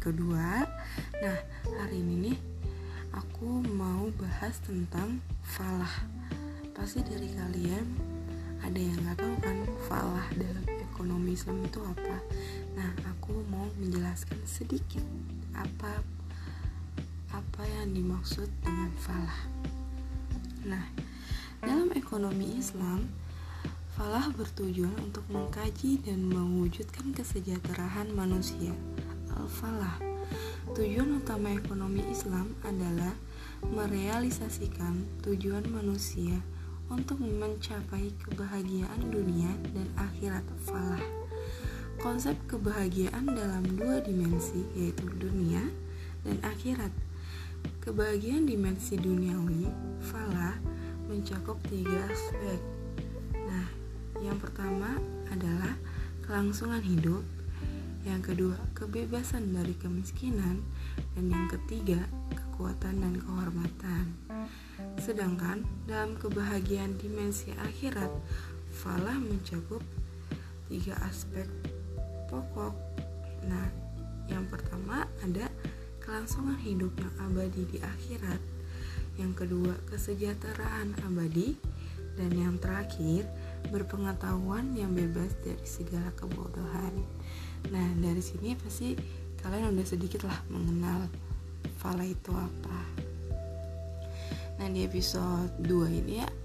kedua. Nah, hari ini nih aku mau bahas tentang falah. Pasti dari kalian ada yang nggak tahu kan falah dalam ekonomi Islam itu apa. Nah, aku mau menjelaskan sedikit apa yang dimaksud dengan falah. Nah, dalam ekonomi Islam, falah bertujuan untuk mengkaji dan mewujudkan kesejahteraan manusia. Al-falah, tujuan utama ekonomi Islam adalah merealisasikan tujuan manusia untuk mencapai kebahagiaan dunia dan akhirat. Falah, konsep kebahagiaan dalam dua dimensi, yaitu dunia dan akhirat. Kebahagiaan dimensi duniawi, falah, mencakup 3 aspek. Nah, yang pertama adalah kelangsungan hidup, yang kedua kebebasan dari kemiskinan, dan yang ketiga kekuatan dan kehormatan. Sedangkan dalam kebahagiaan dimensi akhirat, falah mencakup 3 aspek pokok. Nah, yang pertama ada kelangsungan hidup yang abadi di akhirat, yang kedua kesejahteraan abadi, dan yang terakhir berpengetahuan yang bebas dari segala kebodohan. Nah, dari sini pasti kalian udah sedikit lah mengenal falah itu apa. Nah, di episode 2 ini ya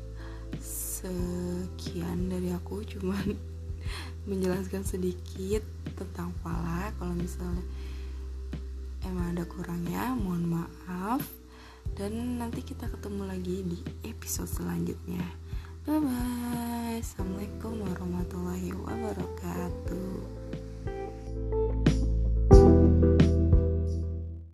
sekian dari aku, cuman menjelaskan sedikit tentang falah. Kalau misalnya emang ada kurangnya, mohon maaf. Dan nanti kita ketemu lagi di episode selanjutnya. Bye bye.